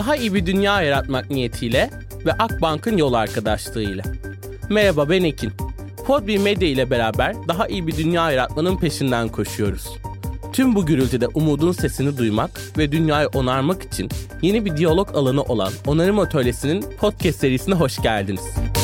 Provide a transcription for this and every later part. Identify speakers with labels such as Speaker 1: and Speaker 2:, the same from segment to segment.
Speaker 1: Daha iyi bir dünya yaratmak niyetiyle ve Akbank'ın yol arkadaşlığıyla. Merhaba, ben Ekin. Podbi Medya ile beraber daha iyi bir dünya yaratmanın peşinden koşuyoruz. Tüm bu gürültüde umudun sesini duymak ve dünyayı onarmak için yeni bir diyalog alanı olan Onarım Atölyesi'nin podcast serisine hoş geldiniz.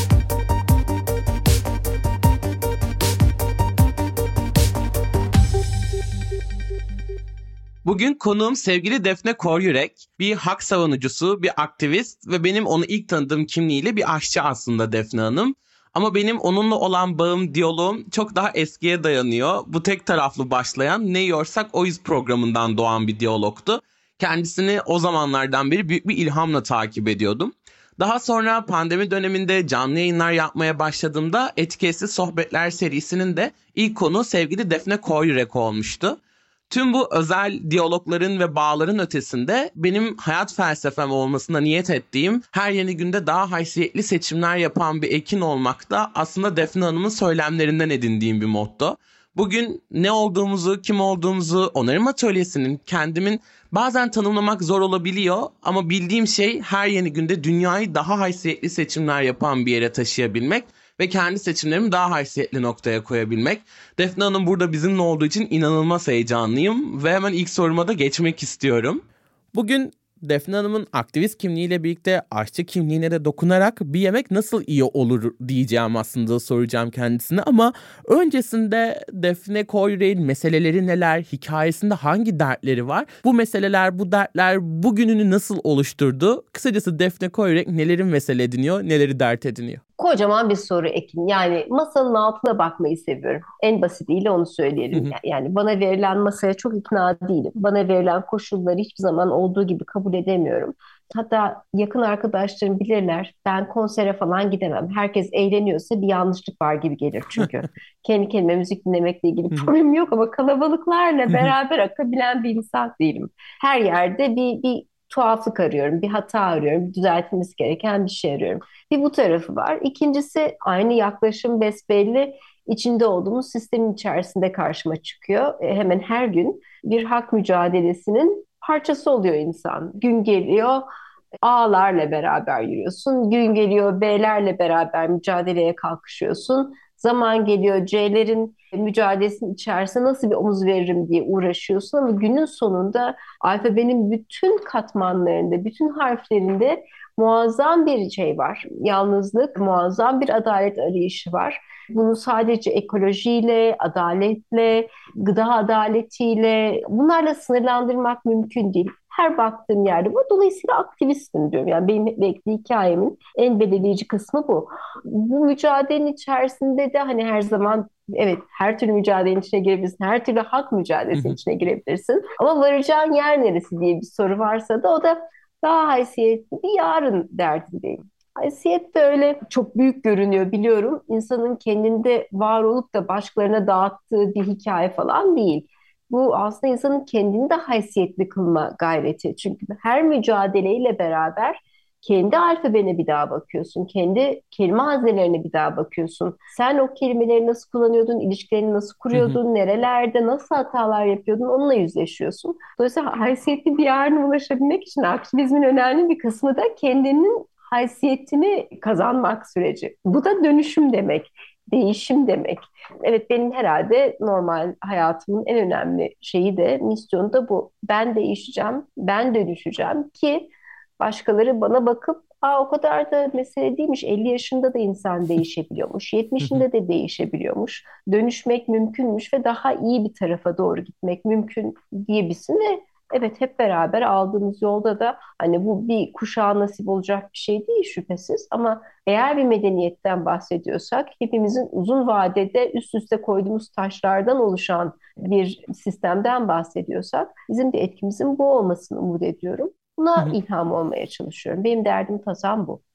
Speaker 1: Bugün konuğum sevgili Defne Koryürek, bir hak savunucusu, bir aktivist ve benim onu ilk tanıdığım kimliğiyle bir aşçı aslında Defne Hanım. Ama benim onunla olan bağım, diyaloğum çok daha eskiye dayanıyor. Bu tek taraflı başlayan Ne Yiyorsak Oyuz programından doğan bir diyalogtu. Kendisini o zamanlardan beri büyük bir ilhamla takip ediyordum. Daha sonra pandemi döneminde canlı yayınlar yapmaya başladığımda Etiketsiz Sohbetler serisinin de ilk konu sevgili Defne Koryürek olmuştu. Tüm bu özel diyalogların ve bağların ötesinde benim hayat felsefem olmasına niyet ettiğim her yeni günde daha haysiyetli seçimler yapan bir Ekin olmak da aslında Defne Hanım'ın söylemlerinden edindiğim bir motto. Bugün ne olduğumuzu, kim olduğumuzu, Onarım Atölyesi'nin, kendimin bazen tanımlamak zor olabiliyor ama bildiğim şey her yeni günde dünyayı daha haysiyetli seçimler yapan bir yere taşıyabilmek ve kendi seçimlerimi daha haysiyetli noktaya koyabilmek. Defne Hanım burada bizimle olduğu için inanılmaz heyecanlıyım ve hemen ilk soruma da geçmek istiyorum. Bugün Defne Hanım'ın aktivist kimliğiyle birlikte aşçı kimliğine de dokunarak bir yemek nasıl iyi olur diyeceğim aslında, soracağım kendisine. Ama öncesinde Defne Koryürek'in meseleleri neler, hikayesinde hangi dertleri var? Bu meseleler, bu dertler bugününü nasıl oluşturdu? Kısacası Defne Koryürek neleri mesele ediniyor, neleri dert ediniyor?
Speaker 2: Kocaman bir soru Ekin. Yani masanın altına bakmayı seviyorum. En basitiyle onu söyleyelim. Yani bana verilen masaya çok ikna değilim. Bana verilen koşulları hiçbir zaman olduğu gibi kabul edemiyorum. Hatta yakın arkadaşlarım bilirler. Ben konsere falan gidemem. Herkes eğleniyorsa bir yanlışlık var gibi gelir çünkü. Kendi kendime müzik dinlemekle ilgili problemim yok ama kalabalıklarla beraber akabilen bir insan değilim. Her yerde bir tuhaflık arıyorum, bir hata arıyorum, bir düzeltilmesi gereken bir şey arıyorum. Bir bu tarafı var. İkincisi aynı yaklaşım besbelli içinde olduğumuz sistemin içerisinde karşıma çıkıyor. Hemen her gün bir hak mücadelesinin parçası oluyor insan. Gün geliyor A'larla beraber yürüyorsun. Gün geliyor B'lerle beraber mücadeleye kalkışıyorsun. Zaman geliyor C'lerin mücadelesinin içerisine nasıl bir omuz veririm diye uğraşıyorsun ama günün sonunda alfabenin bütün katmanlarında, bütün harflerinde muazzam bir şey var. Yalnızlık, muazzam bir adalet arayışı var. Bunu sadece ekolojiyle, adaletle, gıda adaletiyle, bunlarla sınırlandırmak mümkün değil. Her baktığım yerde bu. Dolayısıyla aktivistim diyorum. Yani benim belki de hikayemin en belirleyici kısmı bu. Bu mücadelenin içerisinde de hani her zaman evet her türlü mücadelenin içine girebilirsin. Her türlü hak mücadelesinin içine girebilirsin. Ama varacağın yer neresi diye bir soru varsa da o da daha haysiyetli bir yarın derdindeyim. Haysiyet de öyle çok büyük görünüyor biliyorum. İnsanın kendinde var olup da başkalarına dağıttığı bir hikaye falan değil. Bu aslında insanın kendini de haysiyetli kılma gayreti. Çünkü her mücadeleyle beraber kendi alfabene bir daha bakıyorsun. Kendi kelime hazinelerine bir daha bakıyorsun. Sen o kelimeleri nasıl kullanıyordun, ilişkilerini nasıl kuruyordun, nerelerde, nasıl hatalar yapıyordun onunla yüzleşiyorsun. Dolayısıyla haysiyetli bir yarına ulaşabilmek için aktivizmin önemli bir kısmı da kendinin haysiyetini kazanmak süreci. Bu da dönüşüm demek, değişim demek. Evet benim herhalde normal hayatımın en önemli şeyi de misyonu da bu. Ben değişeceğim, ben dönüşeceğim ki başkaları bana bakıp o kadar da mesele değilmiş. 50 yaşında da insan değişebiliyormuş. 70'inde de değişebiliyormuş. Dönüşmek mümkünmüş ve daha iyi bir tarafa doğru gitmek mümkün diyebilsin ve evet hep beraber aldığımız yolda da hani bu bir kuşağa nasip olacak bir şey değil şüphesiz ama eğer bir medeniyetten bahsediyorsak hepimizin uzun vadede üst üste koyduğumuz taşlardan oluşan bir sistemden bahsediyorsak bizim de etkimizin bu olmasını umut ediyorum. Buna ilham olmaya çalışıyorum. Benim derdim tasam bu.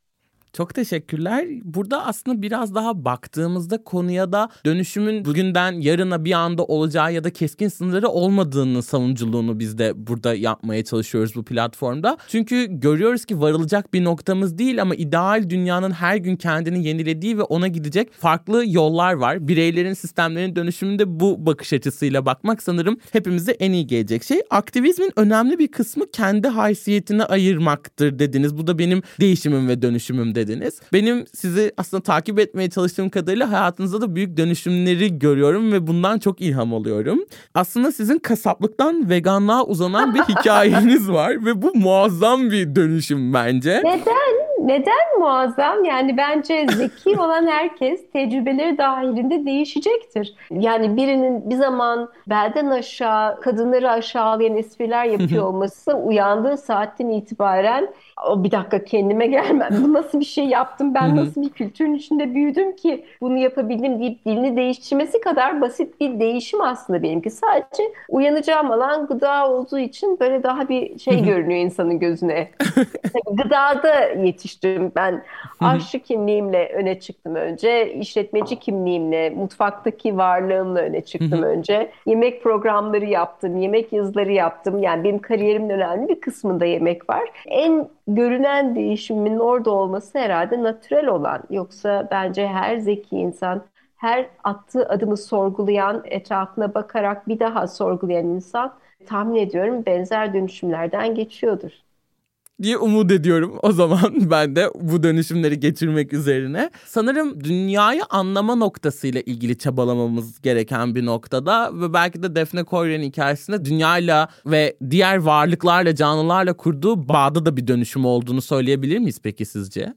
Speaker 1: Çok teşekkürler. Burada aslında biraz daha baktığımızda konuya da dönüşümün bugünden yarına bir anda olacağı ya da keskin sınırları olmadığının savunuculuğunu biz de burada yapmaya çalışıyoruz bu platformda. Çünkü görüyoruz ki varılacak bir noktamız değil ama ideal dünyanın her gün kendini yenilediği ve ona gidecek farklı yollar var. Bireylerin, sistemlerin dönüşümünde bu bakış açısıyla bakmak sanırım hepimize en iyi gelecek şey. Aktivizmin önemli bir kısmı kendi haysiyetini ayırmaktır dediniz. Bu da benim değişimim ve dönüşümüm dediniz. Benim sizi aslında takip etmeye çalıştığım kadarıyla hayatınızda da büyük dönüşümleri görüyorum ve bundan çok ilham alıyorum. Aslında sizin kasaplıktan veganlığa uzanan bir hikayeniz var ve bu muazzam bir dönüşüm bence.
Speaker 2: Neden? Neden muazzam? Yani bence zeki olan herkes tecrübeleri dahilinde değişecektir. Yani birinin bir zaman belden aşağı kadınları aşağılayan espriler yapıyor olması uyandığı saatten itibaren o bir dakika kendime gelmem. Bu nasıl bir şey yaptım? Ben nasıl bir kültürün içinde büyüdüm ki bunu yapabildim deyip dilini değiştirmesi kadar basit bir değişim aslında benimki. Sadece uyanacağım alan gıda olduğu için böyle daha bir şey görünüyor insanın gözüne. Gıdada yetiştim. Ben aşçı kimliğimle öne çıktım önce. İşletmeci kimliğimle, mutfaktaki varlığımla öne çıktım önce. Yemek programları yaptım, yemek yazıları yaptım. Yani benim kariyerimin önemli bir kısmında yemek var. En görünen değişimin orada olması herhalde natürel olan. Yoksa bence her zeki insan, her attığı adımı sorgulayan, etrafına bakarak bir daha sorgulayan insan tahmin ediyorum benzer dönüşümlerden geçiyordur
Speaker 1: diye umut ediyorum. O zaman ben de bu dönüşümleri geçirmek üzerine. Sanırım dünyayı anlama noktasıyla ilgili çabalamamız gereken bir noktada ve belki de Defne Corrier'in hikayesinde dünyayla ve diğer varlıklarla, canlılarla kurduğu bağda da bir dönüşüm olduğunu söyleyebilir miyiz peki sizce?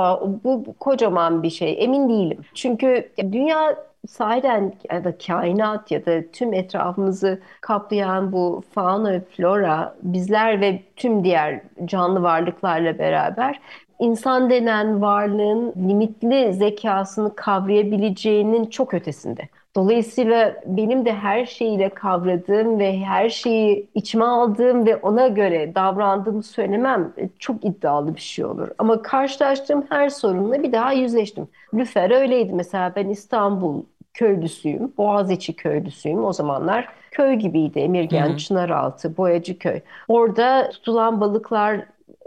Speaker 2: Bu kocaman bir şey. Emin değilim. Çünkü dünya sahiden ya da kainat ya da tüm etrafımızı kaplayan bu fauna ve flora bizler ve tüm diğer canlı varlıklarla beraber insan denen varlığın limitli zekasını kavrayabileceğinin çok ötesinde. Dolayısıyla benim de her şeyiyle kavradığım ve her şeyi içime aldığım ve ona göre davrandığımı söylemem çok iddialı bir şey olur. Ama karşılaştığım her sorunla bir daha yüzleştim. Lüfer öyleydi. Mesela ben İstanbul köylüsüyüm, Boğaziçi köylüsüyüm. O zamanlar köy gibiydi. Emirgan, Çınaraltı, Boyacıköy. Orada tutulan balıklar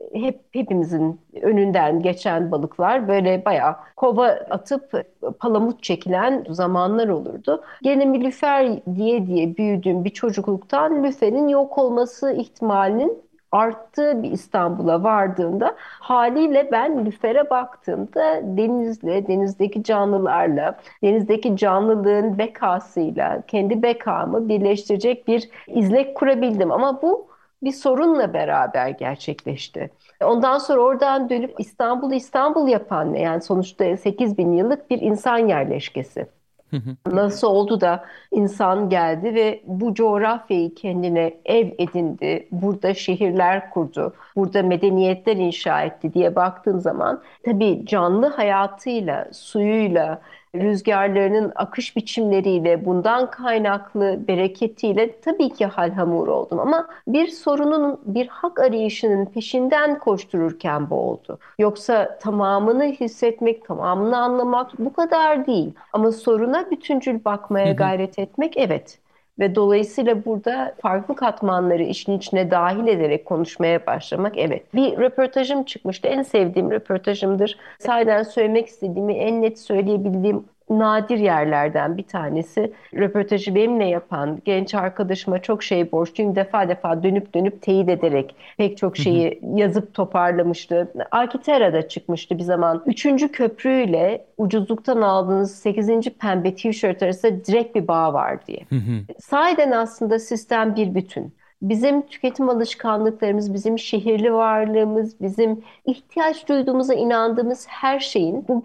Speaker 2: hepimizin önünden geçen balıklar böyle bayağı kova atıp palamut çekilen zamanlar olurdu. Gene Nilüfer diye büyüdüğüm bir çocukluktan lüferin yok olması ihtimalinin arttığı bir İstanbul'a vardığımda haliyle ben lüfere baktığımda denizle, denizdeki canlılarla, denizdeki canlılığın bekasıyla kendi bekamı birleştirecek bir izlek kurabildim. Ama bu bir sorunla beraber gerçekleşti. Ondan sonra oradan dönüp İstanbul'u İstanbul yapan ne? Yani sonuçta 8 bin yıllık bir insan yerleşkesi. Nasıl oldu da insan geldi ve bu coğrafyayı kendine ev edindi, burada şehirler kurdu, burada medeniyetler inşa etti diye baktığım zaman tabii canlı hayatıyla, suyuyla, rüzgarlarının akış biçimleriyle, bundan kaynaklı bereketiyle tabii ki halhamur oldum. Ama bir sorunun, bir hak arayışının peşinden koştururken bu oldu. Yoksa tamamını hissetmek, tamamını anlamak bu kadar değil. Ama soruna bütüncül bakmaya gayret etmek evet. Ve dolayısıyla burada farklı katmanları işin içine dahil ederek konuşmaya başlamak evet. Bir röportajım çıkmıştı. En sevdiğim röportajımdır. Sahiden söylemek istediğimi en net söyleyebildiğim nadir yerlerden bir tanesi. Röportajı benimle yapan genç arkadaşıma çok şey borçluyum. Defa defa dönüp dönüp teyit ederek pek çok şeyi yazıp toparlamıştı. Alkitera'da çıkmıştı bir zaman. Üçüncü köprüyle ucuzluktan aldığınız 8. pembe tişört arasında direkt bir bağ var diye. Sahiden aslında sistem bir bütün. Bizim tüketim alışkanlıklarımız, bizim şehirli varlığımız, bizim ihtiyaç duyduğumuza inandığımız her şeyin bugün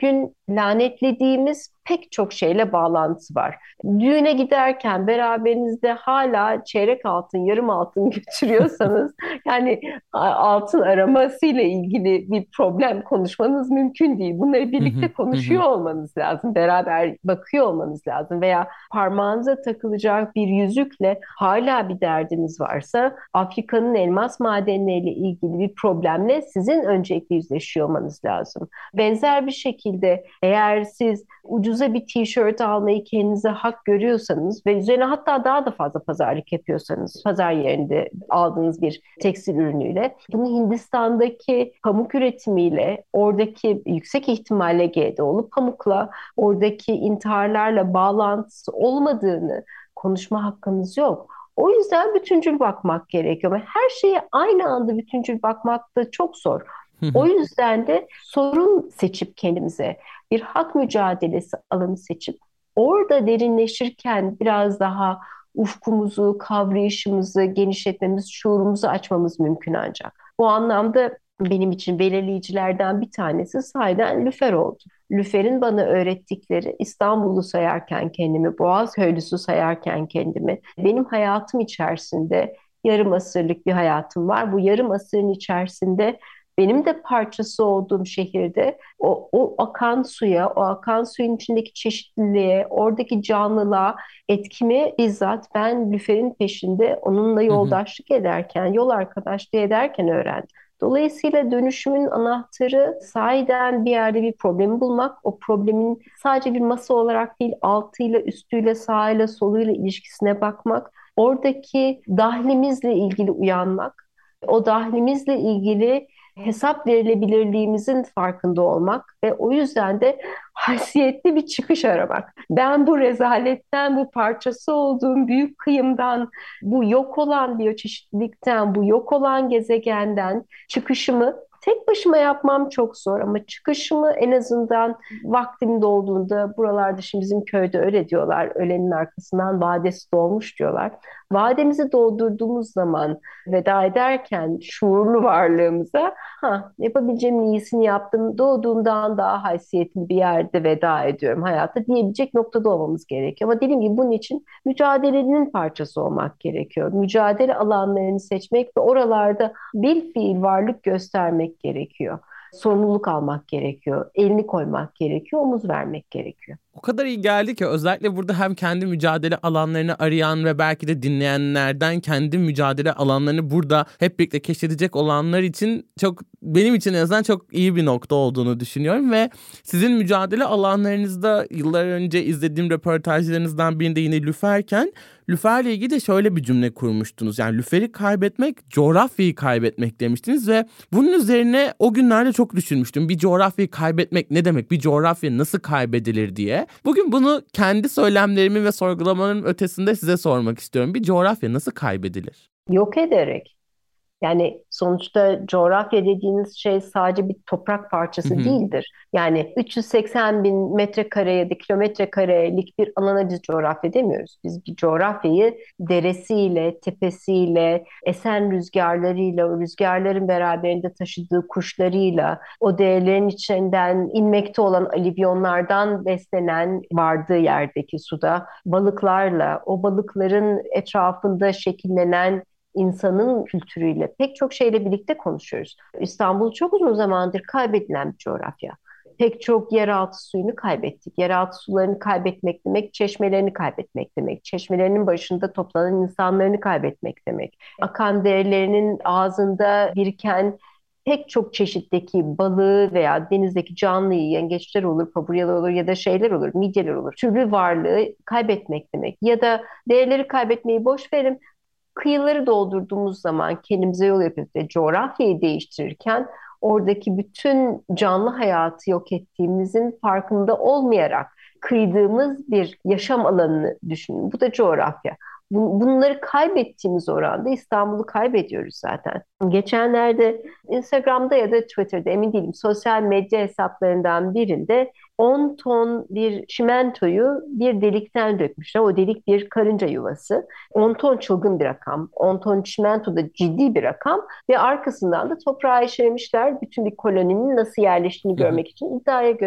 Speaker 2: lanetlediğimiz pek çok şeyle bağlantısı var. Düğüne giderken beraberinizde hala çeyrek altın, yarım altın götürüyorsanız yani altın aramasıyla ilgili bir problem konuşmanız mümkün değil. Bunları
Speaker 1: Hı hı,
Speaker 2: birlikte
Speaker 1: hı hı,
Speaker 2: konuşuyor olmanız lazım, beraber bakıyor olmanız lazım veya parmağınıza takılacak bir yüzükle hala bir derdiniz varsa Afrika'nın elmas madenleriyle ilgili bir problemle sizin öncelikle yüzleşiyor olmanız lazım. Benzer bir şekilde eğer siz ucuza bir tişört almayı kendinize hak görüyorsanız ve üzerine hatta daha da fazla pazarlık yapıyorsanız, pazar yerinde aldığınız bir tekstil ürünüyle, bunu Hindistan'daki pamuk üretimiyle, oradaki yüksek ihtimalle GDO'lu pamukla, oradaki intiharlarla bağlantısı olmadığını konuşma hakkınız yok. O yüzden bütüncül bakmak gerekiyor. Ama her şeye aynı anda bütüncül bakmak da çok zor.
Speaker 1: hı
Speaker 2: O
Speaker 1: hı,
Speaker 2: yüzden de sorun seçip kendimize bir hak mücadelesi alanı seçip orada derinleşirken biraz daha ufkumuzu, kavrayışımızı genişletmemiz, şuurumuzu açmamız mümkün ancak. Bu anlamda benim için belirleyicilerden bir tanesi sahiden Lüfer oldu. Lüfer'in bana öğrettikleri İstanbul'u sayarken kendimi, Boğazköylüsü sayarken kendimi, benim hayatım içerisinde yarım asırlık bir hayatım var. Bu yarım asırın içerisinde benim de parçası olduğum şehirde o akan suya, o akan suyun içindeki çeşitliliğe, oradaki canlılığa etkimi bizzat ben Lüfer'in peşinde onunla
Speaker 1: hı hı.
Speaker 2: yoldaşlık ederken, yol arkadaşlığı ederken öğrendim. Dolayısıyla dönüşümün anahtarı sahiden bir yerde bir problemi bulmak, o problemin sadece bir masa olarak değil, altıyla, üstüyle, sağıyla, soluyla ilişkisine bakmak, oradaki dahlimizle ilgili uyanmak, o dahlimizle ilgili hesap verilebilirliğimizin farkında olmak ve o yüzden de haysiyetli bir çıkış aramak. Ben bu rezaletten, bu parçası olduğum büyük kıyımdan, bu yok olan biyoçeşitlilikten, bu yok olan gezegenden çıkışımı tek başıma yapmam çok zor ama çıkışımı en azından vaktim dolduğunda buralarda şimdi bizim köyde öyle diyorlar. Ölenin arkasından vadesi dolmuş diyorlar. Vademizi doldurduğumuz zaman veda ederken şuurlu varlığımıza yapabileceğimin iyisini yaptım. Doğduğumdan daha haysiyetli bir yerde veda ediyorum hayata diyebilecek noktada olmamız gerekiyor. Ama dediğim gibi bunun için mücadelenin parçası olmak gerekiyor. Mücadele alanlarını seçmek ve oralarda bilfiil varlık göstermek gerekiyor. Sorumluluk almak gerekiyor. Elini koymak gerekiyor. Omuz vermek gerekiyor.
Speaker 1: O kadar iyi geldi ki özellikle burada hem kendi mücadele alanlarını arayan ve belki de dinleyenlerden kendi mücadele alanlarını burada hep birlikte keşfedecek olanlar için çok, benim için en azından çok iyi bir nokta olduğunu düşünüyorum ve sizin mücadele alanlarınızda yıllar önce izlediğim röportajlarınızdan birinde yine Lüfer'ken Lüfer'le ilgili de şöyle bir cümle kurmuştunuz. Yani Lüfer'i kaybetmek, coğrafyayı kaybetmek demiştiniz ve bunun üzerine o günlerde çok düşünmüştüm. Bir coğrafyayı kaybetmek ne demek? Bir coğrafya nasıl kaybedilir diye. Bugün bunu kendi söylemlerimin ve sorgulamalarımın ötesinde size sormak istiyorum. Bir coğrafya nasıl kaybedilir?
Speaker 2: Yok ederek. Yani sonuçta coğrafya dediğiniz şey sadece bir toprak
Speaker 1: Hı
Speaker 2: parçası
Speaker 1: hı,
Speaker 2: değildir. Yani 380 bin metrekare ya da kilometre karelik bir alana biz coğrafya demiyoruz. Biz bir coğrafyayı deresiyle, tepesiyle, esen rüzgarlarıyla, o rüzgarların beraberinde taşıdığı kuşlarıyla, o değerlerin içinden inmekte olan alivyonlardan beslenen vardığı yerdeki suda balıklarla, o balıkların etrafında şekillenen insanın kültürüyle pek çok şeyle birlikte konuşuyoruz. İstanbul çok uzun zamandır kaybedilen bir coğrafya. Pek çok yeraltı suyunu kaybettik. Yeraltı sularını kaybetmek demek, çeşmelerini kaybetmek demek. Çeşmelerinin başında toplanan insanlarını kaybetmek demek. Akan derelerinin ağzında biriken pek çok çeşitteki balığı veya denizdeki canlıyı, yengeçler olur, paburyalar olur ya da şeyler olur, midyeler olur. Türlü varlığı kaybetmek demek. Ya da değerleri kaybetmeyi boş verin, kıyıları doldurduğumuz zaman kendimize yol yapıyoruz ve coğrafyayı değiştirirken oradaki bütün canlı hayatı yok ettiğimizin farkında olmayarak kıydığımız bir yaşam alanını düşünün. Bu da coğrafya. Bunları kaybettiğimiz oranda İstanbul'u kaybediyoruz zaten. Geçenlerde Instagram'da ya da Twitter'da emin değilim sosyal medya hesaplarından birinde 10 ton bir çimentoyu bir delikten dökmüşler. O delik bir karınca yuvası. 10 ton çılgın bir rakam. 10 ton çimento da ciddi bir rakam. Ve arkasından da toprağa işlemişler. Bütün bir koloninin nasıl yerleştiğini
Speaker 1: Hı hı,
Speaker 2: görmek için iddiaya göre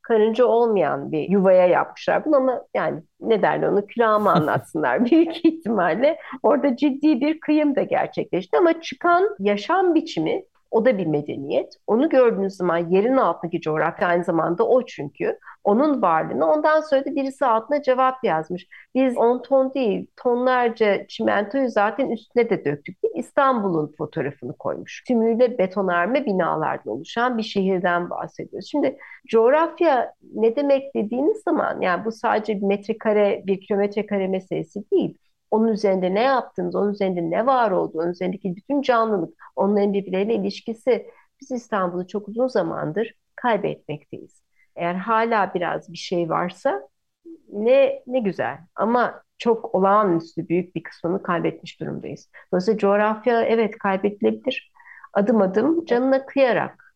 Speaker 2: karınca olmayan bir yuvaya yapmışlar bunu, ama yani ne derler onu, külahıma anlatsınlar büyük ihtimalle. Orada ciddi bir kıyım da gerçekleşti ama çıkan yaşam biçimi, o da bir medeniyet. Onu gördüğünüz zaman yerin altındaki coğrafya aynı zamanda o çünkü. Onun varlığını, ondan sonra da birisi altına cevap yazmış. Biz 10 ton değil, tonlarca çimentoyu zaten üstüne de döktük değil. İstanbul'un fotoğrafını koymuş. Tümüyle betonarme binalardan oluşan bir şehirden bahsediyoruz. Şimdi coğrafya ne demek dediğiniz zaman, yani bu sadece bir metrekare, bir kilometre kare meselesi değil. Onun üzerinde ne yaptığınız, onun üzerinde ne var olduğu, onun üzerindeki bütün canlılık, onların birbirleriyle ilişkisi. Biz İstanbul'u çok uzun zamandır kaybetmekteyiz. Eğer hala biraz bir şey varsa ne güzel, ama çok olağanüstü büyük bir kısmını kaybetmiş durumdayız. Dolayısıyla coğrafya evet kaybedilebilir. Adım adım canına kıyarak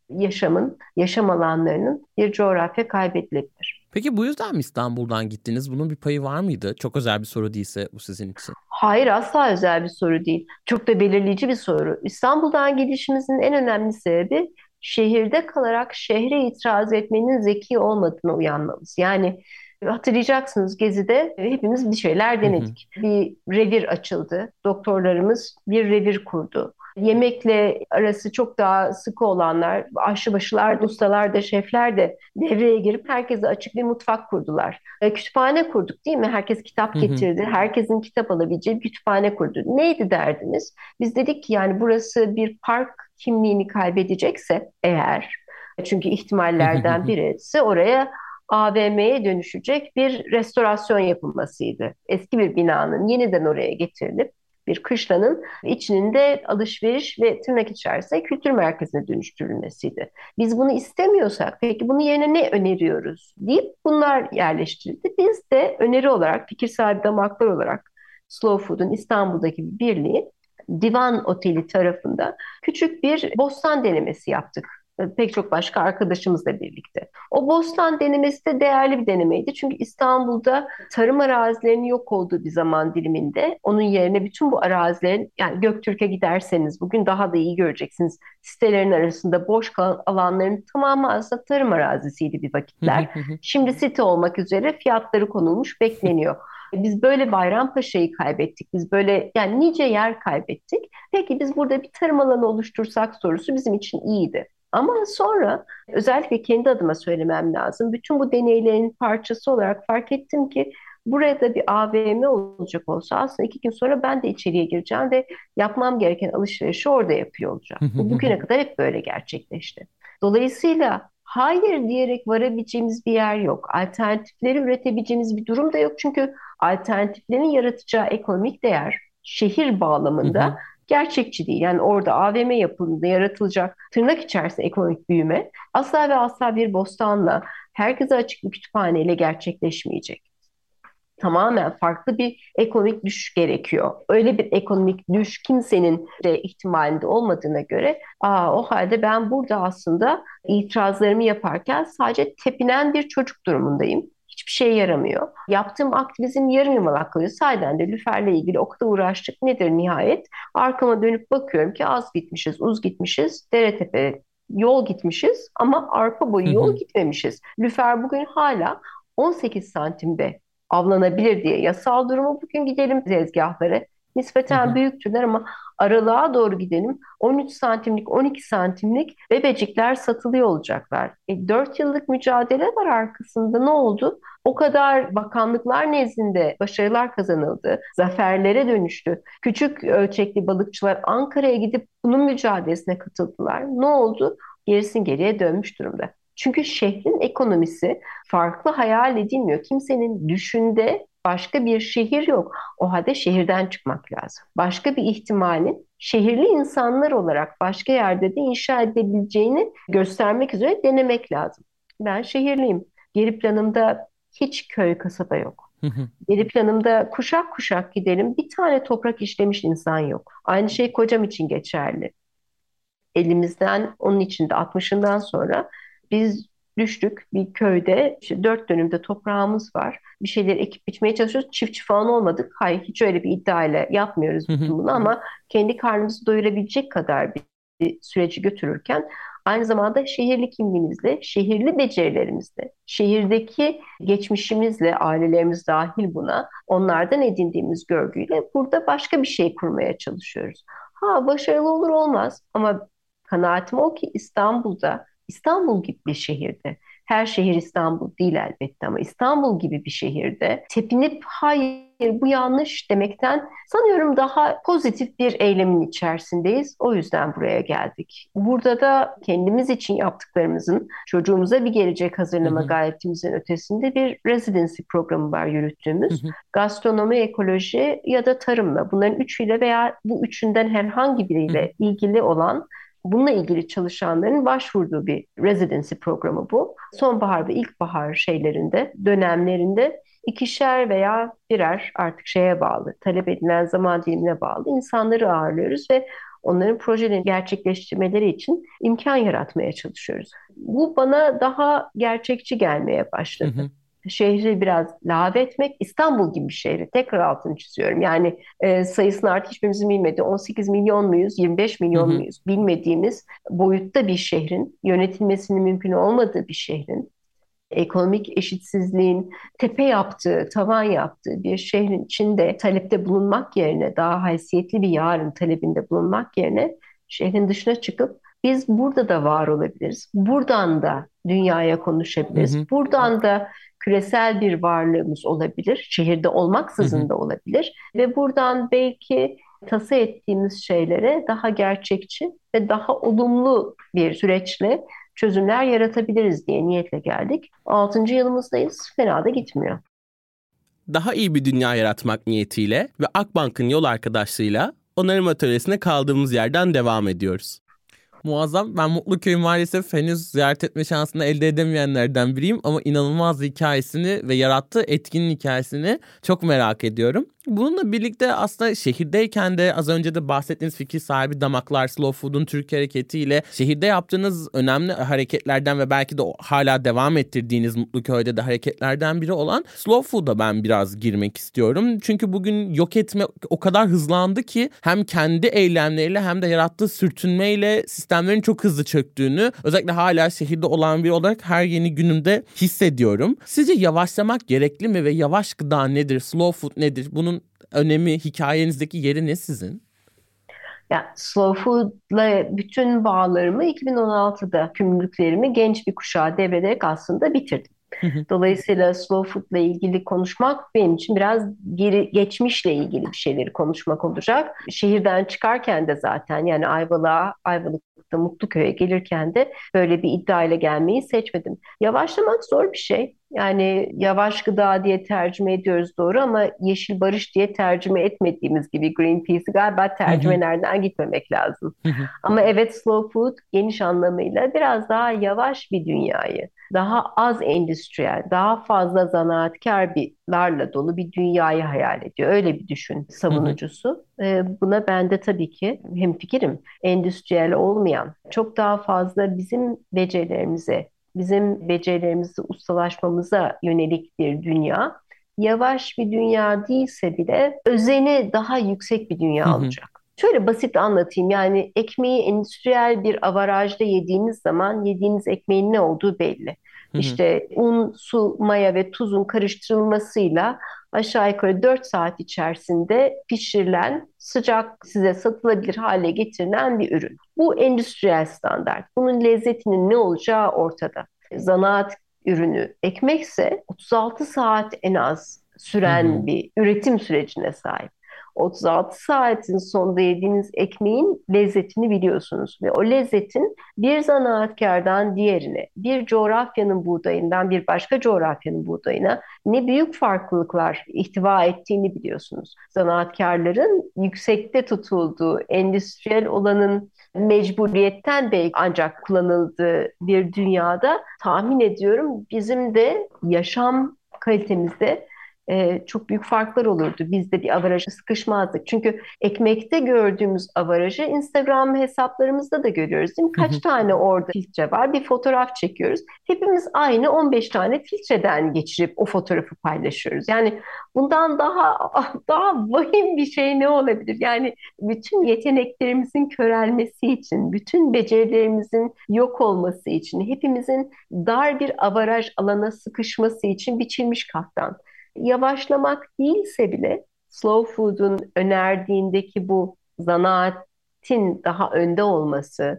Speaker 2: yaşam alanlarının bir coğrafya kaybedilebilir.
Speaker 1: Peki bu yüzden mi İstanbul'dan gittiniz? Bunun bir payı var mıydı? Çok özel bir soru değilse bu sizin için.
Speaker 2: Hayır, asla özel bir soru değil. Çok da belirleyici bir soru. İstanbul'dan gidişimizin en önemli sebebi şehirde kalarak şehre itiraz etmenin zeki olmadığına uyanmamız. Yani hatırlayacaksınız, Gezi'de hepimiz bir şeyler denedik. Bir revir açıldı. Doktorlarımız bir revir kurdu. Yemekle arası çok daha sıkı olanlar, aşçıbaşılar, ustalar da, şefler de devreye girip herkese açık bir mutfak kurdular. Kütüphane kurduk değil mi? Herkes kitap getirdi. Herkesin kitap alabileceği bir kütüphane kurdu. Neydi derdimiz? Biz dedik ki yani burası bir park kimliğini kaybedecekse eğer, çünkü ihtimallerden birisi oraya AVM'ye dönüşecek bir restorasyon yapılmasıydı. Eski bir binanın yeniden oraya getirilip bir kışlanın içinin de alışveriş ve tırnak içerisinde kültür merkezine dönüştürülmesiydi. Biz bunu istemiyorsak peki bunun yerine ne öneriyoruz deyip bunlar yerleştirildi. Biz de öneri olarak, fikir sahibi damaklar olarak Slow Food'un İstanbul'daki bir birliği Divan Oteli tarafında küçük bir bostan denemesi yaptık. Pek çok başka arkadaşımızla birlikte. O bostan denemesi de değerli bir denemeydi. Çünkü İstanbul'da tarım arazilerinin yok olduğu bir zaman diliminde onun yerine bütün bu arazilerin, yani Göktürk'e giderseniz bugün daha da iyi göreceksiniz. Sitelerin arasında boş kalan alanların tamamı aslında tarım arazisiydi bir vakitler. Şimdi site olmak üzere fiyatları konulmuş bekleniyor. Biz böyle Bayrampaşa'yı kaybettik. Biz böyle yani nice yer kaybettik. Peki biz burada bir tarım alanı oluştursak sorusu bizim için iyiydi. Ama sonra özellikle kendi adıma söylemem lazım. Bütün bu deneylerin parçası olarak fark ettim ki buraya da bir AVM olacak olsa aslında 2 gün sonra ben de içeriye gireceğim ve yapmam gereken alışverişi orada yapıyor olacağım. Bu bugüne kadar hep böyle gerçekleşti. Dolayısıyla hayır diyerek varabileceğimiz bir yer yok. Alternatifleri üretebileceğimiz bir durum da yok. Çünkü alternatiflerin yaratacağı ekonomik değer şehir bağlamında gerçekçi değil. Yani orada AVM yapıldığında yaratılacak tırnak içerisinde ekonomik büyüme asla ve asla bir bostanla, herkese açık bir kütüphaneyle gerçekleşmeyecek. Tamamen farklı bir ekonomik düşüş gerekiyor. Öyle bir ekonomik düşüş kimsenin de ihtimalinde olmadığına göre, o halde ben burada aslında itirazlarımı yaparken sadece tepinen bir çocuk durumundayım. Hiçbir şey yaramıyor. Yaptığım aktivizm yarım yamalak kalıyor. Sahiden de lüferle ilgili o kadar uğraştık. Nedir nihayet? Arkama dönüp bakıyorum ki az gitmişiz, uz gitmişiz, dere tepe yol gitmişiz ama arpa boyu yol gitmemişiz. Lüfer bugün hala 18 santimde avlanabilir diye yasal durumu, bugün gidelim tezgahlara. Nispeten büyük türler ama aralığa doğru gidelim. 13 santimlik, 12 santimlik bebecikler satılıyor olacaklar. 4 yıllık mücadele var arkasında, ne oldu? O kadar bakanlıklar nezdinde başarılar kazanıldı, zaferlere dönüştü. Küçük ölçekli balıkçılar Ankara'ya gidip bunun mücadelesine katıldılar. Ne oldu? Gerisin geriye dönmüş durumda. Çünkü şehrin ekonomisi farklı hayal edilmiyor. Kimsenin düşünde başka bir şehir yok. O halde şehirden çıkmak lazım. Başka bir ihtimalin şehirli insanlar olarak başka yerde de inşa edebileceğini göstermek üzere denemek lazım. Ben şehirliyim. Geri planımda hiç köy kasaba yok. Geri planımda kuşak kuşak gidelim. Bir tane toprak işlemiş insan yok. Aynı şey kocam için geçerli. Elimizden onun için de 60'ından sonra biz düştük bir köyde, işte 4 dönümde toprağımız var. Bir şeyleri ekip biçmeye çalışıyoruz. Çiftçi falan olmadık. Hayır, hiç öyle bir iddiayla yapmıyoruz bütün bunu, ama kendi karnımızı doyurabilecek kadar bir süreci götürürken Aynı zamanda şehirli kimliğimizle, şehirli becerilerimizle, şehirdeki geçmişimizle, ailelerimiz dahil buna, onlardan edindiğimiz görgüyle burada başka bir şey kurmaya çalışıyoruz. Ha, başarılı olur olmaz ama kanaatim o ki İstanbul'da, İstanbul gibi bir şehirde, her şehir İstanbul değil elbette ama İstanbul gibi bir şehirde tepinip hayır bu yanlış demekten sanıyorum daha pozitif bir eylemin içerisindeyiz. O yüzden buraya geldik. Burada da kendimiz için yaptıklarımızın çocuğumuza bir gelecek
Speaker 1: Hı
Speaker 2: hazırlama
Speaker 1: hı.
Speaker 2: gayretimizin ötesinde bir residency programı var
Speaker 1: Hı
Speaker 2: yürüttüğümüz.
Speaker 1: hı.
Speaker 2: Gastronomi, ekoloji ya da tarımla bunların üçüyle veya bu üçünden herhangi
Speaker 1: Hı hı.
Speaker 2: biriyle ilgili olan bununla ilgili çalışanların başvurduğu bir residency programı bu. Sonbahar ve ilkbahar dönemlerinde ikişer veya birer artık şeye bağlı, talep edilen zaman dilimine bağlı insanları ağırlıyoruz ve onların projelerini gerçekleştirmeleri için imkan yaratmaya çalışıyoruz. Bu bana daha gerçekçi gelmeye
Speaker 1: Hı
Speaker 2: başladı.
Speaker 1: hı.
Speaker 2: Şehri biraz lağvetmek, İstanbul gibi bir şehri tekrar altını çiziyorum. Yani sayısını artık hiçbirimizin bilmediği 18 milyon muyuz, 25
Speaker 1: Hı
Speaker 2: milyon
Speaker 1: hı.
Speaker 2: muyuz bilmediğimiz boyutta bir şehrin, yönetilmesinin mümkün olmadığı bir şehrin, ekonomik eşitsizliğin tepe yaptığı, tavan yaptığı bir şehrin içinde talepte bulunmak yerine, daha haysiyetli bir yarın talebinde bulunmak yerine şehrin dışına çıkıp biz burada da var olabiliriz. Buradan da dünyaya
Speaker 1: Hı
Speaker 2: konuşabiliriz.
Speaker 1: hı.
Speaker 2: Buradan da küresel bir varlığımız olabilir. Şehirde
Speaker 1: Hı hı.
Speaker 2: olmaksızın da olabilir. Ve buradan belki tasa ettiğimiz şeylere daha gerçekçi ve daha olumlu bir süreçle çözümler yaratabiliriz diye niyetle geldik. 6. yılımızdayız. Fena da gitmiyor.
Speaker 1: Daha iyi bir dünya yaratmak niyetiyle ve Akbank'ın yol arkadaşlığıyla onarım atölyesine kaldığımız yerden devam ediyoruz. Muazzam. Ben Mutluköy'ü maalesef henüz ziyaret etme şansını elde edemeyenlerden biriyim ama inanılmaz hikayesini ve yarattığı etkinin hikayesini çok merak ediyorum. Bununla birlikte aslında şehirdeyken de az önce de bahsettiğiniz fikir sahibi Damaklar Slow Food'un Türk hareketiyle şehirde yaptığınız önemli hareketlerden ve belki de hala devam ettirdiğiniz Mutluköy'de de hareketlerden biri olan Slow Food'a ben biraz girmek istiyorum. Çünkü bugün yok etme o kadar hızlandı ki hem kendi eylemleriyle hem de yarattığı sürtünmeyle sistemlerin çok hızlı çöktüğünü özellikle hala şehirde olan biri olarak her yeni günümde hissediyorum. Sizce yavaşlamak gerekli mi ve yavaş gıda nedir? Slow food nedir? Bunun önemi, hikayenizdeki yeri ne sizin?
Speaker 2: Yani Slow Food'la bütün bağlarımı 2016'da yükümlülüklerimi genç bir kuşağa devrederek aslında bitirdim. Dolayısıyla slow food'la ilgili konuşmak benim için biraz geçmişle ilgili bir şeyleri konuşmak olacak. Şehirden çıkarken de zaten yani Ayvalık'ta Mutluköy'e gelirken de böyle bir iddiayla gelmeyi seçmedim. Yavaşlamak zor bir şey. Yani yavaş gıda diye tercüme ediyoruz doğru ama yeşil barış diye tercüme etmediğimiz gibi Greenpeace'i galiba tercümelerden gitmemek lazım. Ama evet slow food geniş anlamıyla biraz daha yavaş bir dünyayı, daha az endüstriyel, daha fazla zanaatkarlarla dolu bir dünyayı hayal ediyor. Öyle bir düşün savunucusu. Buna ben de tabii ki hemfikirim. Endüstriyel olmayan, çok daha fazla bizim becerilerimizi ustalaşmamıza yönelik bir dünya. Yavaş bir dünya değilse bile özeni daha yüksek bir dünya olacak. Şöyle basit anlatayım. Yani ekmeği endüstriyel bir avarajda yediğiniz zaman yediğiniz ekmeğin ne olduğu belli. İşte un, su, maya ve tuzun karıştırılmasıyla aşağı yukarı 4 saat içerisinde pişirilen, sıcak size satılabilir hale getirilen bir ürün. Bu endüstriyel standart. Bunun lezzetinin ne olacağı ortada. Zanaat ürünü ekmekse 36 saat en az süren bir üretim sürecine sahip. 36 saatin sonunda yediğiniz ekmeğin lezzetini biliyorsunuz ve o lezzetin bir zanaatkardan diğerine, bir coğrafyanın buğdayından bir başka coğrafyanın buğdayına ne büyük farklılıklar ihtiva ettiğini biliyorsunuz. Zanaatkarların yüksekte tutulduğu, endüstriyel olanın mecburiyetten belki ancak kullanıldığı bir dünyada tahmin ediyorum bizim de yaşam kalitemizde çok büyük farklar olurdu. Biz de bir avaraja sıkışmazdık. Çünkü ekmekte gördüğümüz avarajı Instagram hesaplarımızda da görüyoruz, değil mi? Kaç tane orada filtre var? Bir fotoğraf çekiyoruz. Hepimiz aynı 15 tane filtreden geçirip o fotoğrafı paylaşıyoruz. Yani bundan daha vahim bir şey ne olabilir? Yani bütün yeteneklerimizin körelmesi için, bütün becerilerimizin yok olması için, hepimizin dar bir avaraj alana sıkışması için biçilmiş kaftan. Yavaşlamak değilse bile slow food'un önerdiğindeki bu zanaatin daha önde olması,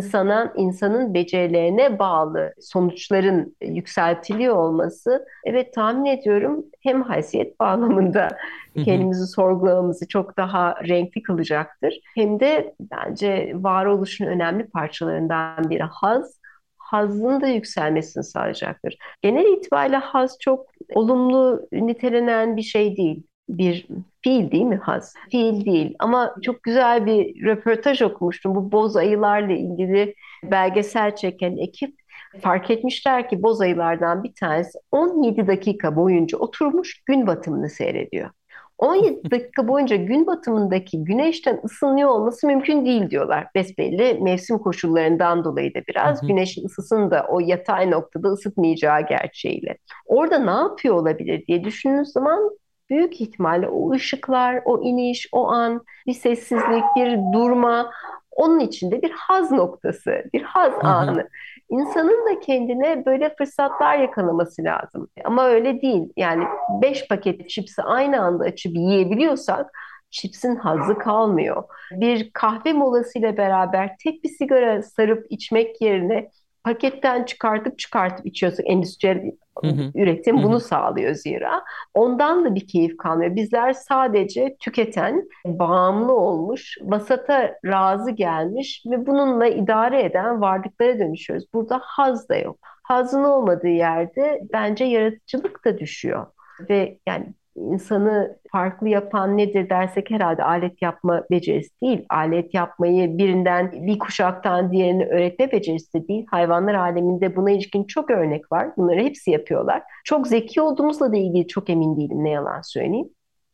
Speaker 2: insanın becerilerine bağlı sonuçların yükseltiliyor olması, evet tahmin ediyorum hem haysiyet bağlamında kendimizi sorgulamamızı çok daha renkli kılacaktır. Hem de bence varoluşun önemli parçalarından biri hazın da yükselmesini sağlayacaktır. Genel itibariyle haz çok olumlu nitelenen bir şey değil. Bir fiil değil mi haz? Fiil değil ama çok güzel bir röportaj okumuştum. Bu boz ayılarla ilgili belgesel çeken ekip fark etmişler ki boz ayılardan bir tanesi 17 dakika boyunca oturmuş gün batımını seyrediyor. 17 dakika boyunca gün batımındaki güneşten ısınıyor olması mümkün değil diyorlar. Besbelli mevsim koşullarından dolayı da biraz güneşin ısısını da o yatay noktada ısıtmayacağı gerçeğiyle. Orada ne yapıyor olabilir diye düşündüğünüz zaman büyük ihtimalle o ışıklar, o iniş, o an, bir sessizlik, bir durma, onun içinde bir haz noktası, bir haz anı. İnsanın da kendine böyle fırsatlar yakalaması lazım. Ama öyle değil. Yani 5 paket çipsi aynı anda açıp yiyebiliyorsak çipsin hazzı kalmıyor. Bir kahve molasıyla beraber tek bir sigara sarıp içmek yerine paketten çıkartıp içiyorsun. Endüstriyel üretim bunu sağlıyor zira. Ondan da bir keyif kalmıyor. Bizler sadece tüketen, bağımlı olmuş, vasata razı gelmiş ve bununla idare eden varlıklara dönüşüyoruz. Burada haz da yok. Hazın olmadığı yerde bence yaratıcılık da düşüyor. Ve yani insanı farklı yapan nedir dersek herhalde alet yapma becerisi değil. Alet yapmayı birinden bir kuşaktan diğerine öğretme becerisi de değil. Hayvanlar aleminde buna ilişkin çok örnek var. Bunları hepsi yapıyorlar. Çok zeki olduğumuzla da ilgili çok emin değilim ne yalan söyleyeyim.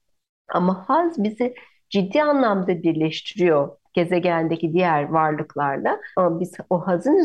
Speaker 2: Ama haz bizi ciddi anlamda birleştiriyor gezegendeki diğer varlıklarla. Ama biz o hazın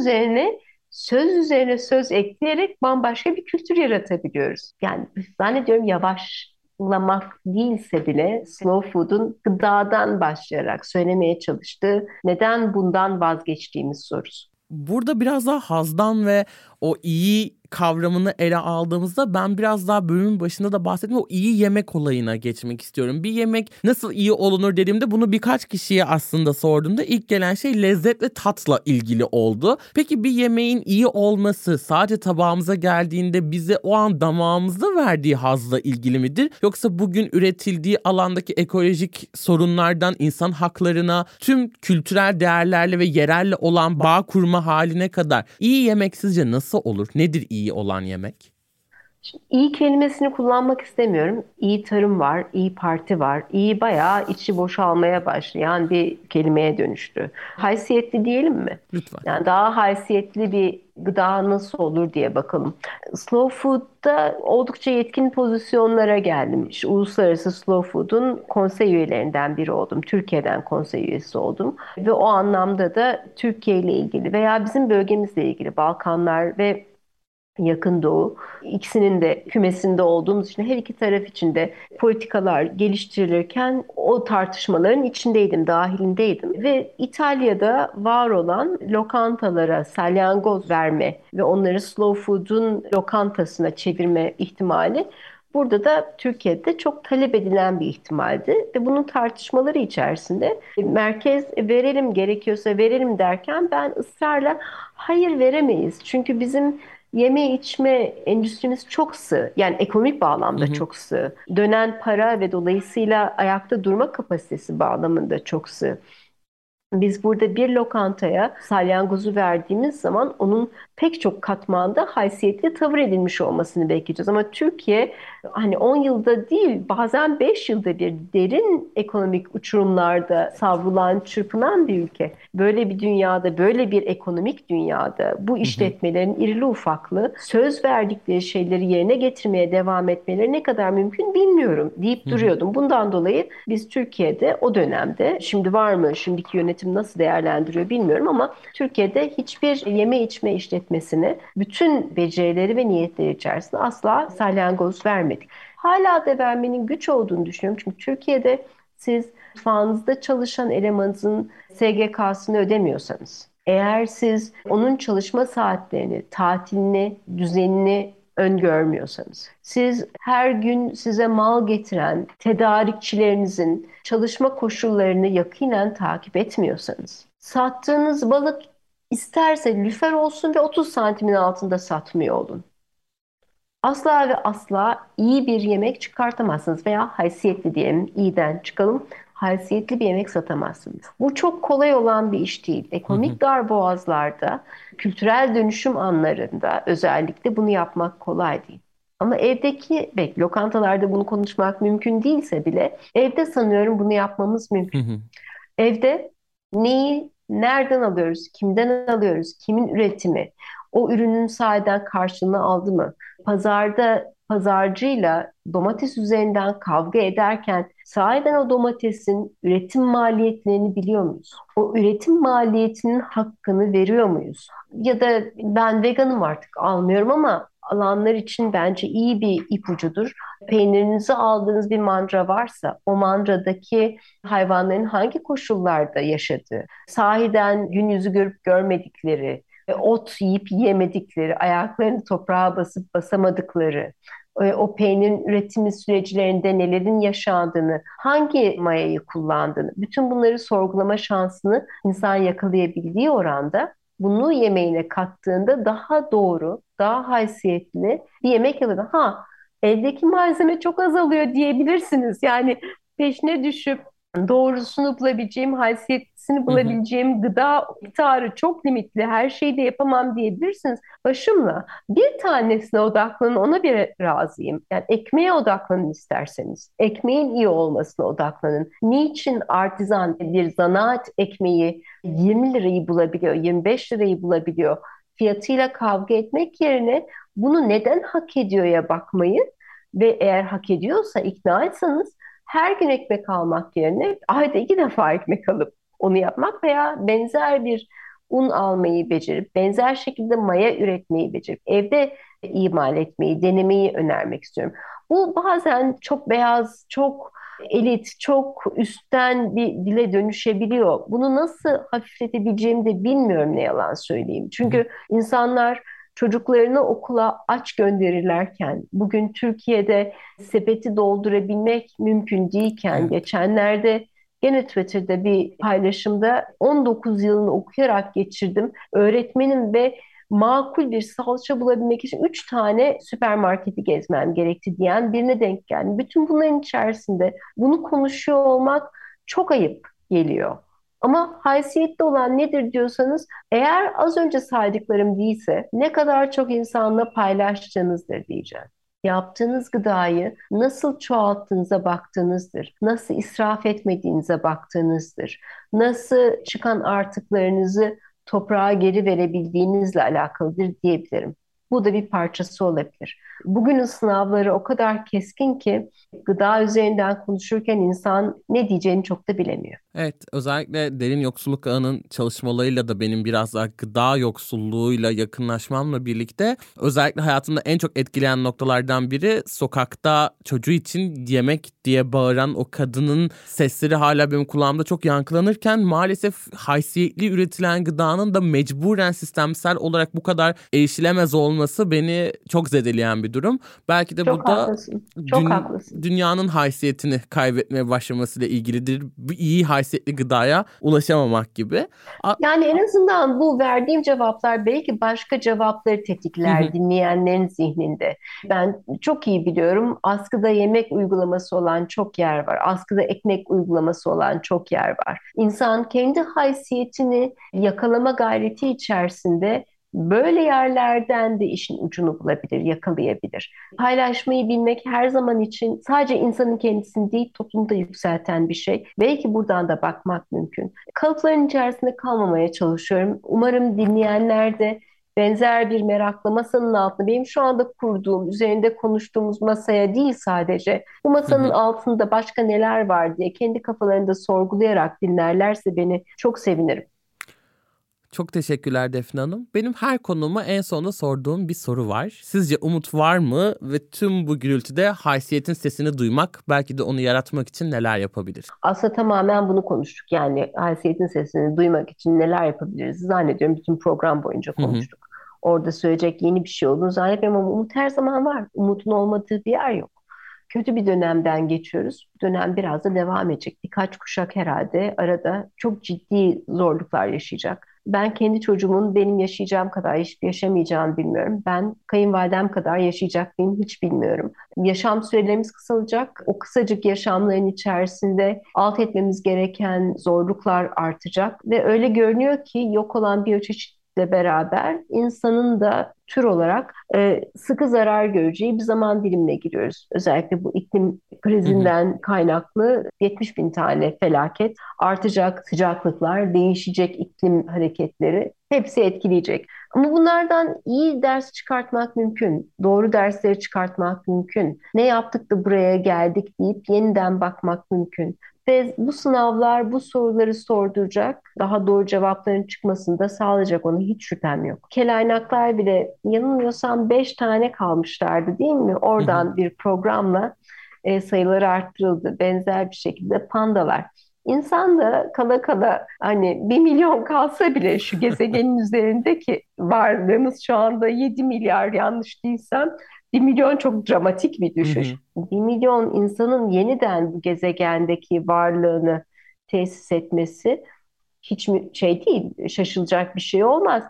Speaker 2: üzerine söz ekleyerek bambaşka bir kültür yaratabiliyoruz. Yani zannediyorum yavaşlamak değilse bile slow food'un gıdadan başlayarak söylemeye çalıştığı neden bundan vazgeçtiğimiz sorusu.
Speaker 1: Burada biraz daha hazdan ve o iyi kavramını ele aldığımızda ben biraz daha bölümün başında da bahsettim, o iyi yemek olayına geçmek istiyorum. Bir yemek nasıl iyi olunur dediğimde bunu birkaç kişiye aslında sorduğumda ilk gelen şey lezzet ve tatla ilgili oldu. Peki bir yemeğin iyi olması sadece tabağımıza geldiğinde bize o an damağımızda verdiği hazla ilgili midir? Yoksa bugün üretildiği alandaki ekolojik sorunlardan insan haklarına, tüm kültürel değerlerle ve yerelle olan bağ kurma haline kadar iyi yemek sizce nasıl olur? Nedir iyi olan yemek?
Speaker 2: Şimdi iyi kelimesini kullanmak istemiyorum. İyi tarım var, iyi parti var. İyi bayağı içi boşalmaya başlayan bir kelimeye dönüştü. Haysiyetli diyelim mi?
Speaker 1: Lütfen.
Speaker 2: Yani daha haysiyetli bir gıda nasıl olur diye bakalım. Slow Food'da oldukça yetkin pozisyonlara geldim. İşte Uluslararası Slow Food'un konsey üyelerinden biri oldum. Türkiye'den konsey üyesi oldum. Ve o anlamda da Türkiye ile ilgili veya bizim bölgemizle ilgili Balkanlar ve Yakın Doğu. İkisinin de kümesinde olduğumuz için her iki taraf için de politikalar geliştirilirken o tartışmaların içindeydim, dahilindeydim. Ve İtalya'da var olan lokantalara salyangoz verme ve onları slow food'un lokantasına çevirme ihtimali burada da Türkiye'de çok talep edilen bir ihtimaldi. Ve bunun tartışmaları içerisinde merkez verelim gerekiyorsa verelim derken ben ısrarla hayır veremeyiz. Çünkü bizim yeme içme endüstrimiz çok sığ. Yani ekonomik
Speaker 1: Hı
Speaker 2: bağlamda
Speaker 1: hı.
Speaker 2: çok sığ. Dönen para ve dolayısıyla ayakta durma kapasitesi bağlamında çok sığ. Biz burada bir lokantaya salyangozu verdiğimiz zaman onun pek çok katmanda haysiyetli tavır edilmiş olmasını bekleyeceğiz. Ama Türkiye hani 10 yılda değil bazen 5 yılda bir derin ekonomik uçurumlarda savrulan, çırpınan bir ülke. Böyle bir dünyada, böyle bir ekonomik dünyada bu
Speaker 1: Hı hı.
Speaker 2: işletmelerin irili ufaklı söz verdikleri şeyleri yerine getirmeye devam etmeleri ne kadar mümkün bilmiyorum deyip
Speaker 1: Hı hı.
Speaker 2: duruyordum. Bundan dolayı biz Türkiye'de o dönemde, şimdi var mı, şimdiki yönetim nasıl değerlendiriyor bilmiyorum ama Türkiye'de hiçbir yeme içme işletmesine bütün becerileri ve niyetleri içerisinde asla salyangoz vermedik. Hala da vermenin güç olduğunu düşünüyorum. Çünkü Türkiye'de siz mutfağınızda çalışan elemanınızın SGK'sını ödemiyorsanız, eğer siz onun çalışma saatlerini, tatilini, düzenini öngörmüyorsanız, siz her gün size mal getiren tedarikçilerinizin çalışma koşullarını yakinen takip etmiyorsanız, sattığınız balık isterse lüfer olsun ve 30 santimin altında satmıyor olun. Asla ve asla iyi bir yemek çıkartamazsınız veya haysiyetli diyelim, iyiden çıkalım. Haysiyetli bir yemek satamazsınız. Bu çok kolay olan bir iş değil.
Speaker 1: Hı hı.
Speaker 2: Ekonomik darboğazlarda, kültürel dönüşüm anlarında özellikle bunu yapmak kolay değil. Ama evdeki, belki lokantalarda bunu konuşmak mümkün değilse bile evde sanıyorum bunu yapmamız
Speaker 1: Hı
Speaker 2: mümkün.
Speaker 1: hı.
Speaker 2: Evde neyi, nereden alıyoruz, kimden alıyoruz, kimin üretimi, o ürünün sahiden karşılığını aldı mı? Pazarda pazarcıyla domates üzerinden kavga ederken sahiden o domatesin üretim maliyetlerini biliyor muyuz? O üretim maliyetinin hakkını veriyor muyuz? Ya da ben veganım artık almıyorum ama alanlar için bence iyi bir ipucudur. Peynirinizi aldığınız bir mandıra varsa o mandradaki hayvanların hangi koşullarda yaşadığı, sahiden gün yüzü görüp görmedikleri, ot yiyip yemedikleri, ayaklarını toprağa basıp basamadıkları, o peynirin üretimi süreçlerinde nelerin yaşandığını, hangi mayayı kullandığını, bütün bunları sorgulama şansını insan yakalayabildiği oranda bunu yemeğine kattığında daha doğru, daha haysiyetli bir yemek alır. Ha, eldeki malzeme çok azalıyor diyebilirsiniz. Yani peşine düşüp doğrusunu bulabileceğim, haysiyetlisini
Speaker 1: Hı hı.
Speaker 2: bulabileceğim gıda miktarı çok limitli, her şeyi de yapamam diyebilirsiniz. Başımla bir tanesine odaklanın, ona bir razıyım. Yani ekmeğe odaklanın isterseniz. Ekmeğin iyi olmasına odaklanın. Niçin artizan bir zanaat ekmeği 20 lirayı bulabiliyor, 25 lirayı bulabiliyor? Fiyatıyla kavga etmek yerine bunu neden hak ediyor'ya bakmayı ve eğer hak ediyorsa ikna etseniz her gün ekmek almak yerine ayda 2 defa ekmek alıp onu yapmak veya benzer bir un almayı becerip, benzer şekilde maya üretmeyi becerip, evde imal etmeyi, denemeyi önermek istiyorum. Bu bazen çok beyaz, çok elit, çok üstten bir dile dönüşebiliyor. Bunu nasıl hafifletebileceğimi de bilmiyorum, ne yalan söyleyeyim.
Speaker 1: Hı hı.
Speaker 2: Çünkü insanlar çocuklarını okula aç gönderirlerken, bugün Türkiye'de sepeti doldurabilmek mümkün değilken,
Speaker 1: Evet.
Speaker 2: geçenlerde gene Twitter'da bir paylaşımda 19 yılını okuyarak geçirdim. Öğretmenim ve makul bir salça bulabilmek için 3 tane süpermarketi gezmem gerekti diyen birine denk geldim. Bütün bunların içerisinde bunu konuşuyor olmak çok ayıp geliyor. Ama haysiyetli olan nedir diyorsanız, eğer az önce saydıklarım değilse ne kadar çok insanla paylaştığınızdır diyeceğim. Yaptığınız gıdayı nasıl çoğalttığınıza baktığınızdır. Nasıl israf etmediğinize baktığınızdır. Nasıl çıkan artıklarınızı toprağa geri verebildiğinizle alakalıdır diyebilirim. Bu da bir parçası olabilir. Bugünün sınavları o kadar keskin ki gıda üzerinden konuşurken insan ne diyeceğini çok da bilemiyor.
Speaker 1: Evet, özellikle derin yoksulluk ağının çalışmalarıyla da benim biraz daha gıda yoksulluğuyla yakınlaşmamla birlikte özellikle hayatımda en çok etkileyen noktalardan biri sokakta çocuğu için yemek diye bağıran o kadının sesleri hala benim kulağımda çok yankılanırken maalesef haysiyetli üretilen gıdanın da mecburen sistemsel olarak bu kadar erişilemez olması olması beni çok zedeleyen bir durum. Belki de
Speaker 2: Çok
Speaker 1: bu da
Speaker 2: haklısın. Çok haklısın.
Speaker 1: dünyanın haysiyetini kaybetmeye başlamasıyla ilgilidir. Bir iyi haysiyetli gıdaya ulaşamamak gibi.
Speaker 2: Yani en azından bu verdiğim cevaplar belki başka cevapları tetikler dinleyenlerin zihninde. Ben çok iyi biliyorum, askıda yemek uygulaması olan çok yer var. Askıda ekmek uygulaması olan çok yer var. İnsan kendi haysiyetini yakalama gayreti içerisinde böyle yerlerden de işin ucunu bulabilir, yakalayabilir. Paylaşmayı bilmek her zaman için sadece insanın kendisini değil, toplumda yükselten bir şey. Belki buradan da bakmak mümkün. Kalıpların içerisinde kalmamaya çalışıyorum. Umarım dinleyenler de benzer bir merakla masanın altında, benim şu anda kurduğum, üzerinde konuştuğumuz masaya değil sadece, bu masanın altında başka neler var diye kendi kafalarında sorgulayarak dinlerlerse beni çok sevinirim.
Speaker 1: Çok teşekkürler Defne Hanım. Benim her konuğuma en sonunda sorduğum bir soru var. Sizce umut var mı ve tüm bu gürültüde haysiyetin sesini duymak, belki de onu yaratmak için neler yapabilir?
Speaker 2: Aslında tamamen bunu konuştuk. Yani haysiyetin sesini duymak için neler yapabiliriz zannediyorum bütün program boyunca konuştuk. Orada söyleyecek yeni bir şey olduğunu zannetmiyorum ama umut her zaman var. Umutun olmadığı bir yer yok. Kötü bir dönemden geçiyoruz. Bu dönem biraz da devam edecek. Birkaç kuşak herhalde arada çok ciddi zorluklar yaşayacak. Ben kendi çocuğumun benim yaşayacağım kadar yaşamayacağını bilmiyorum. Ben kayınvalidem kadar yaşayacak mıyım hiç bilmiyorum. Yaşam sürelerimiz kısalacak. O kısacık yaşamların içerisinde alt etmemiz gereken zorluklar artacak. Ve öyle görünüyor ki yok olan biyoçeşitlilikle beraber insanın da tür olarak sıkı zarar göreceği bir zaman dilimine giriyoruz. Özellikle bu iklim krizinden kaynaklı 70 bin tane felaket, artacak sıcaklıklar, değişecek iklim hareketleri hepsi etkileyecek. Ama bunlardan iyi ders çıkartmak mümkün, doğru dersleri çıkartmak mümkün. Ne yaptık da buraya geldik deyip yeniden bakmak mümkün. Ve bu sınavlar bu soruları sorduracak, daha doğru cevapların çıkmasını da sağlayacak, ona hiç şüphem yok. Kelaynaklar bile yanılmıyorsam 5 tane kalmışlardı değil mi? Oradan bir programla sayıları arttırıldı. Benzer bir şekilde pandalar. İnsan da kala kala hani 1 milyon kalsa bile şu gezegenin üzerindeki varlığımız şu anda 7 milyar yanlış değilsem 1 milyon çok dramatik bir düşüş. 1 milyon insanın yeniden bu gezegendeki varlığını tesis etmesi hiç şey değil, şaşılacak bir şey olmaz.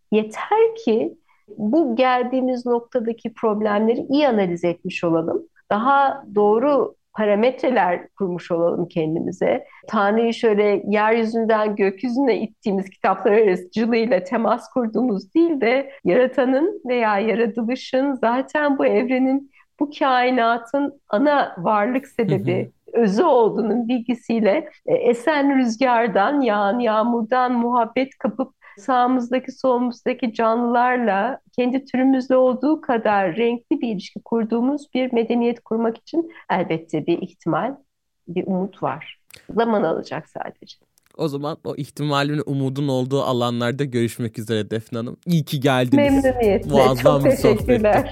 Speaker 2: Yeter ki bu geldiğimiz noktadaki problemleri iyi analiz etmiş olalım. Daha doğru parametreler kurmuş olalım kendimize. Tanrı'yı şöyle yeryüzünden gökyüzüne ittiğimiz kitaplar aracılığıyla temas kurduğumuz değil de yaratanın veya yaratılışın zaten bu evrenin, bu kainatın ana varlık sebebi, özü olduğunun bilgisiyle esen rüzgardan, yağan yağmurdan muhabbet kapıp sağımızdaki solumuzdaki canlılarla kendi türümüzde olduğu kadar renkli bir ilişki kurduğumuz bir medeniyet kurmak için elbette bir ihtimal, bir umut var. Zaman alacak sadece.
Speaker 1: O zaman o ihtimalin, umudun olduğu alanlarda görüşmek üzere Defne Hanım. İyi ki geldiniz.
Speaker 2: Memnuniyetle.
Speaker 1: Muazzam
Speaker 2: çok
Speaker 1: bir
Speaker 2: teşekkürler.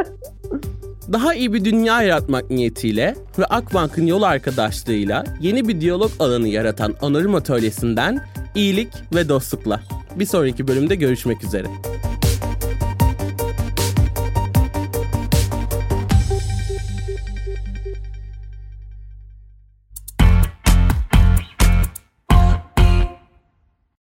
Speaker 1: Daha iyi bir dünya yaratmak niyetiyle ve Akbank'ın yol arkadaşlığıyla yeni bir diyalog alanı yaratan Onarım Atölyesi'nden iyilik ve dostlukla. Bir sonraki bölümde görüşmek üzere.